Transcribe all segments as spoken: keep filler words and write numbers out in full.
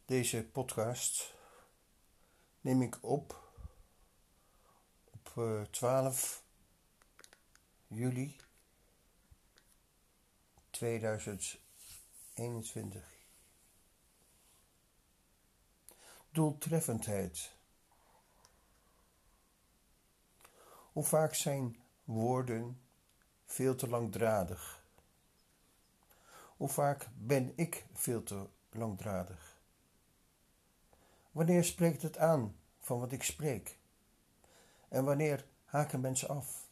Deze podcast neem ik op op uh, twaalf juli tweeduizend eenentwintig. Doeltreffendheid. Hoe vaak zijn woorden veel te langdradig? Hoe vaak ben ik veel te langdradig? Wanneer spreekt het aan van wat ik spreek? En wanneer haken mensen af?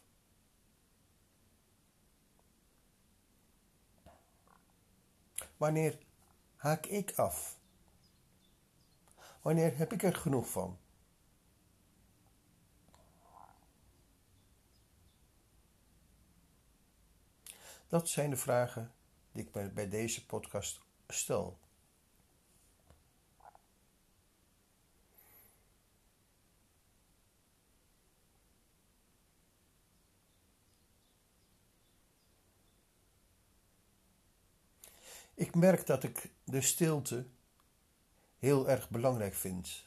Wanneer haak ik af? Wanneer heb ik er genoeg van? Dat zijn de vragen die ik bij, bij deze podcast stel. Ik merk dat ik de stilte heel erg belangrijk vind.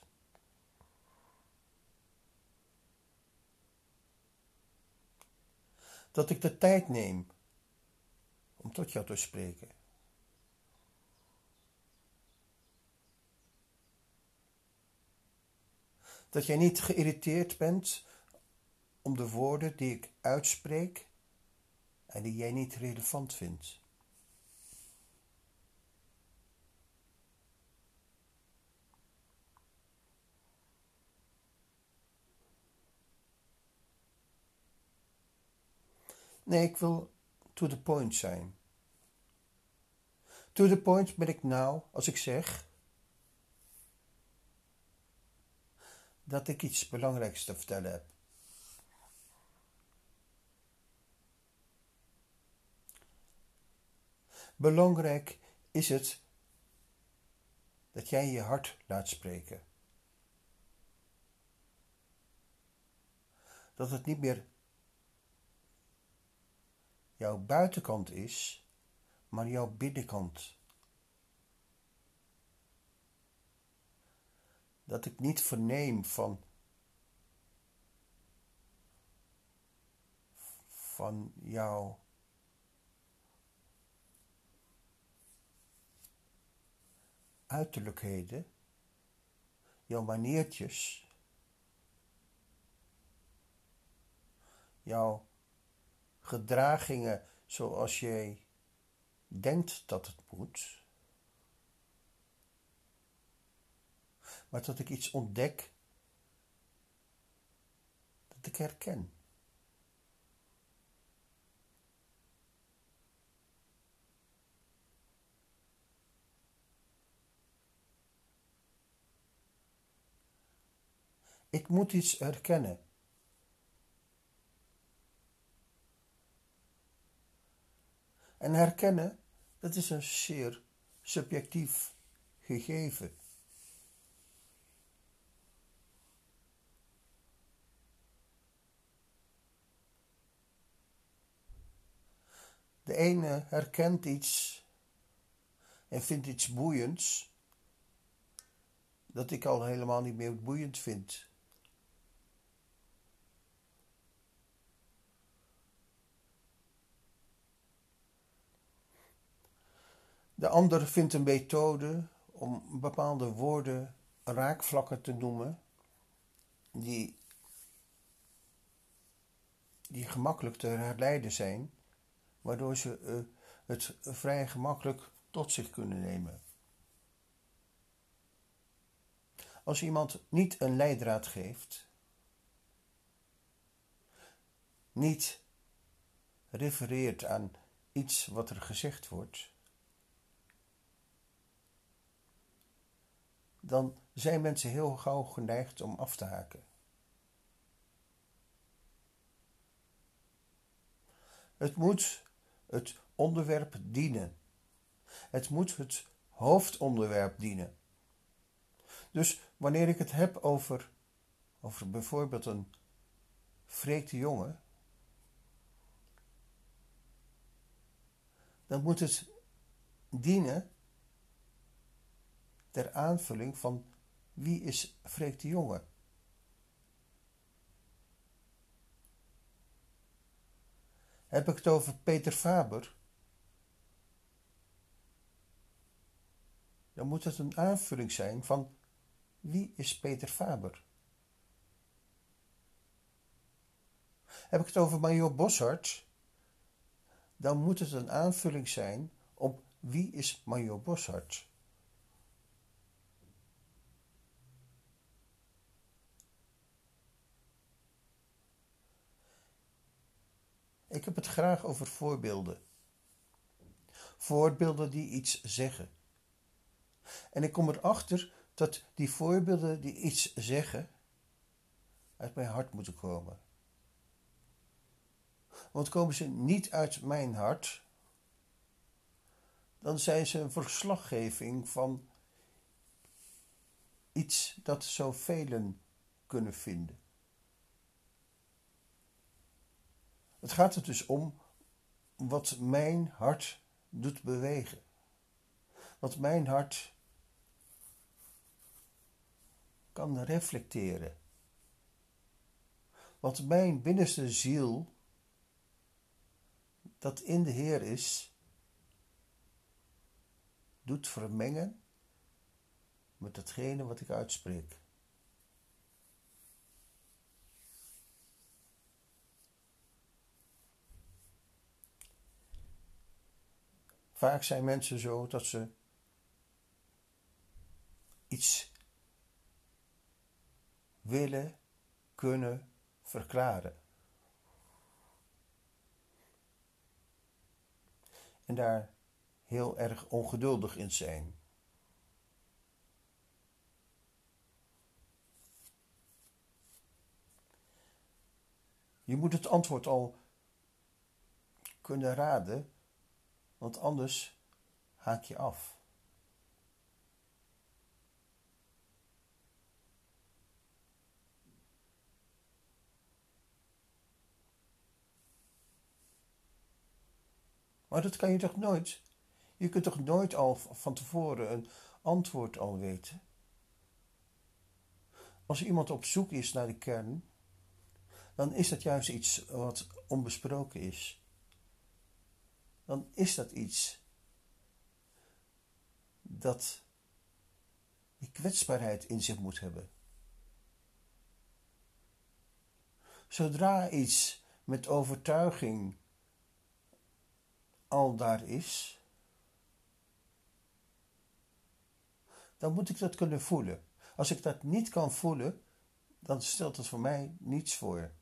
Dat ik de tijd neem om tot jou te spreken. Dat jij niet geïrriteerd bent om de woorden die ik uitspreek en die jij niet relevant vindt. Nee, ik wil to the point zijn. To the point ben ik nou als ik zeg dat ik iets belangrijks te vertellen heb. Belangrijk is het dat jij je hart laat spreken. Dat het niet meer jouw buitenkant is, maar jouw binnenkant. Dat ik niet verneem van, van jouw uiterlijkheden, jouw maniertjes, jouw gedragingen zoals jij denkt dat het moet, maar dat ik iets ontdek dat ik herken. Ik moet iets herkennen. En herkennen, dat is een zeer subjectief gegeven. De ene herkent iets en vindt iets boeiends, dat ik al helemaal niet meer boeiend vind. De ander vindt een methode om bepaalde woorden raakvlakken te noemen, die, die gemakkelijk te herleiden zijn, waardoor ze uh, het vrij gemakkelijk tot zich kunnen nemen. Als iemand niet een leidraad geeft, niet refereert aan iets wat er gezegd wordt, dan zijn mensen heel gauw geneigd om af te haken. Het moet het onderwerp dienen. Het moet het hoofdonderwerp dienen. Dus wanneer ik het heb over, over bijvoorbeeld een vrete jongen, dan moet het dienen ter aanvulling van wie is Freek de Jonge? Heb ik het over Peter Faber? Dan moet het een aanvulling zijn van wie is Peter Faber? Heb ik het over Major Bossard? Dan moet het een aanvulling zijn op wie is Major Bossard? Ik heb het graag over voorbeelden. Voorbeelden die iets zeggen. En ik kom erachter dat die voorbeelden die iets zeggen uit mijn hart moeten komen. Want komen ze niet uit mijn hart, dan zijn ze een verslaggeving van iets dat zoveel kunnen vinden. Het gaat er dus om wat mijn hart doet bewegen. Wat mijn hart kan reflecteren. Wat mijn binnenste ziel, dat in de Heer is, doet vermengen met datgene wat ik uitspreek. Vaak zijn mensen zo dat ze iets willen, kunnen verklaren. En daar heel erg ongeduldig in zijn. Je moet het antwoord al kunnen raden, want anders haak je af. Maar dat kan je toch nooit? Je kunt toch nooit al van tevoren een antwoord al weten? Als iemand op zoek is naar de kern, dan is dat juist iets wat onbesproken is. Dan is dat iets dat die kwetsbaarheid in zich moet hebben. Zodra iets met overtuiging al daar is, dan moet ik dat kunnen voelen. Als ik dat niet kan voelen, dan stelt het voor mij niets voor.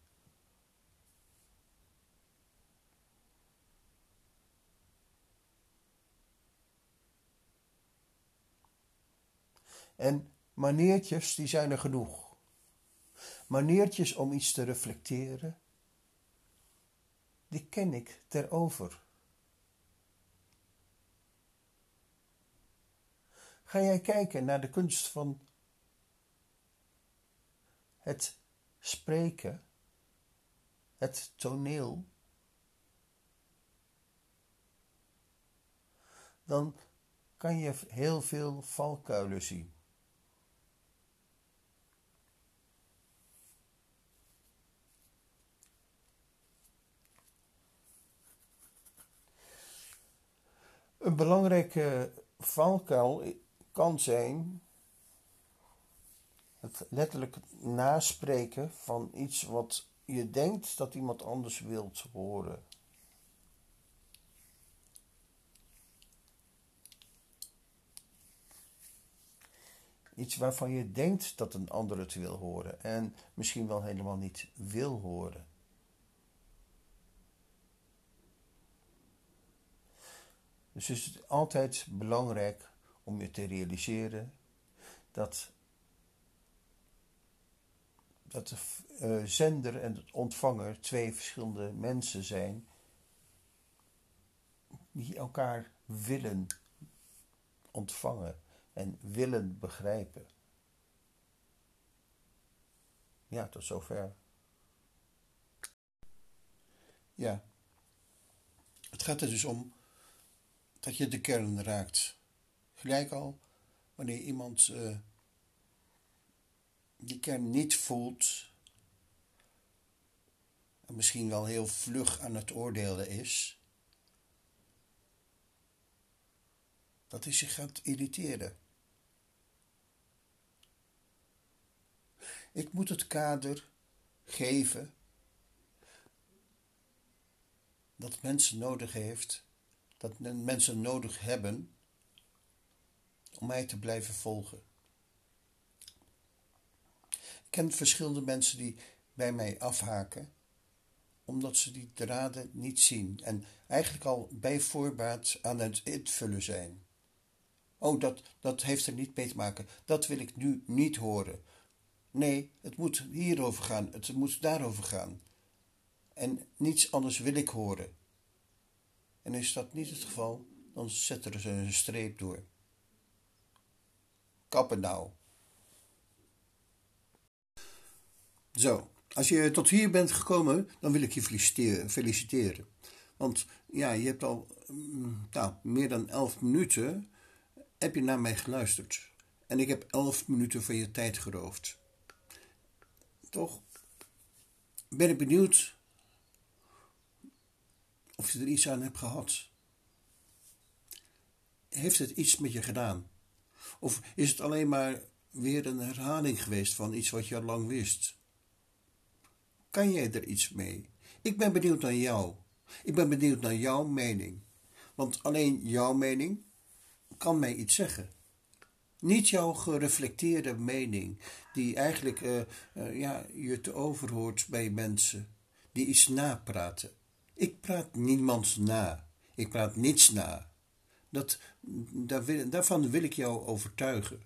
En maniertjes, die zijn er genoeg. Maniertjes om iets te reflecteren, die ken ik ter over. Ga jij kijken naar de kunst van het spreken, het toneel, dan kan je heel veel valkuilen zien. Een belangrijke valkuil kan zijn het letterlijk naspreken van iets wat je denkt dat iemand anders wilt horen. Iets waarvan je denkt dat een ander het wil horen en misschien wel helemaal niet wil horen. Dus is het altijd belangrijk om je te realiseren dat, dat de uh, zender en de ontvanger twee verschillende mensen zijn die elkaar willen ontvangen en willen begrijpen. Ja, tot zover. Ja, het gaat er dus om dat je de kern raakt. Gelijk al wanneer iemand uh, die kern niet voelt, en misschien wel heel vlug aan het oordelen is, dat hij zich gaat irriteren. Ik moet het kader geven dat mensen nodig heeft, dat mensen nodig hebben om mij te blijven volgen. Ik ken verschillende mensen die bij mij afhaken, omdat ze die draden niet zien en eigenlijk al bij voorbaat aan het invullen zijn. Oh, dat, dat heeft er niet mee te maken. Dat wil ik nu niet horen. Nee, het moet hierover gaan. Het moet daarover gaan. En niets anders wil ik horen. En is dat niet het geval, dan zetten ze een streep door. Kappen nou. Zo, als je tot hier bent gekomen, dan wil ik je feliciteren. Want ja, je hebt al nou, meer dan elf minuten heb je naar mij geluisterd. En ik heb elf minuten van je tijd geroofd. Toch ben ik benieuwd of je er iets aan hebt gehad. Heeft het iets met je gedaan? Of is het alleen maar weer een herhaling geweest van iets wat je al lang wist? Kan jij er iets mee? Ik ben benieuwd naar jou. Ik ben benieuwd naar jouw mening. Want alleen jouw mening kan mij iets zeggen. Niet jouw gereflecteerde mening, die eigenlijk uh, uh, ja, je te over hoort bij mensen, die iets napraten. Ik praat niemands na. Ik praat niets na. Dat, daar wil, daarvan wil ik jou overtuigen.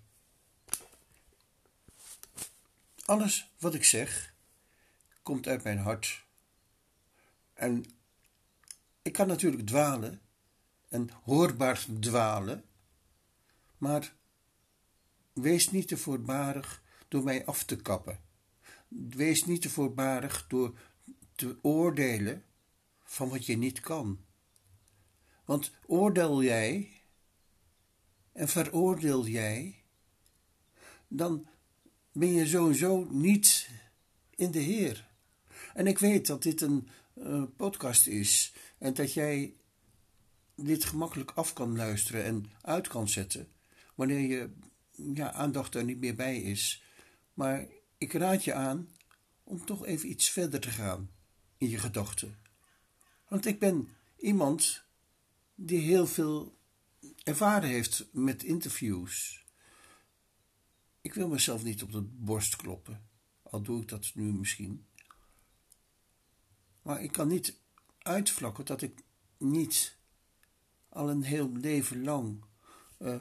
Alles wat ik zeg, komt uit mijn hart. En ik kan natuurlijk dwalen, en hoorbaar dwalen, maar wees niet te voorbarig door mij af te kappen. Wees niet te voorbarig door te oordelen van wat je niet kan. Want oordeel jij en veroordeel jij, dan ben je sowieso niet in de Heer. En ik weet dat dit een uh, podcast is en dat jij dit gemakkelijk af kan luisteren en uit kan zetten wanneer je ja, aandacht er niet meer bij is. Maar ik raad je aan om toch even iets verder te gaan in je gedachten. Want ik ben iemand die heel veel ervaren heeft met interviews. Ik wil mezelf niet op de borst kloppen, al doe ik dat nu misschien. Maar ik kan niet uitvlakken dat ik niet al een heel leven lang uh,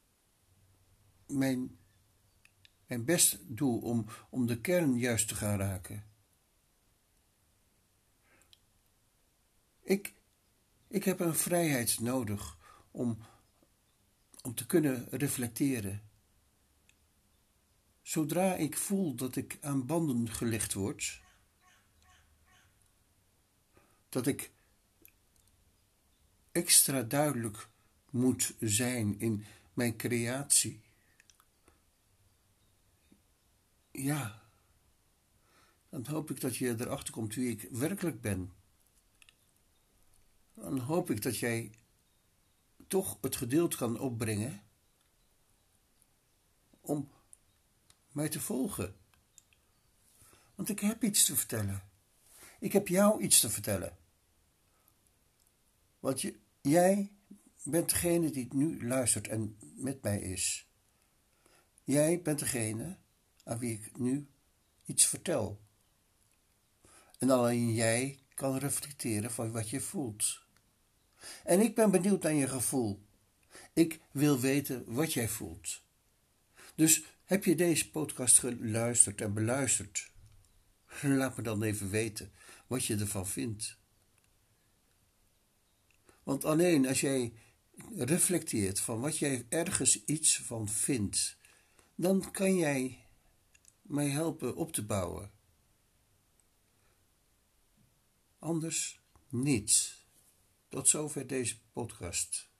mijn, mijn best doe om, om de kern juist te gaan raken. Ik, ik heb een vrijheid nodig om, om te kunnen reflecteren. Zodra ik voel dat ik aan banden gelegd word, dat ik extra duidelijk moet zijn in mijn creatie. Ja, dan hoop ik dat je erachter komt wie ik werkelijk ben. Dan hoop ik dat jij toch het geduld kan opbrengen om mij te volgen. Want ik heb iets te vertellen. Ik heb jou iets te vertellen. Want je, jij bent degene die nu luistert en met mij is. Jij bent degene aan wie ik nu iets vertel. En alleen jij kan reflecteren van wat je voelt. En ik ben benieuwd naar je gevoel. Ik wil weten wat jij voelt. Dus heb je deze podcast geluisterd en beluisterd? Laat me dan even weten wat je ervan vindt. Want alleen als jij reflecteert van wat jij ergens iets van vindt, dan kan jij mij helpen op te bouwen. Anders niet. Tot zover deze podcast.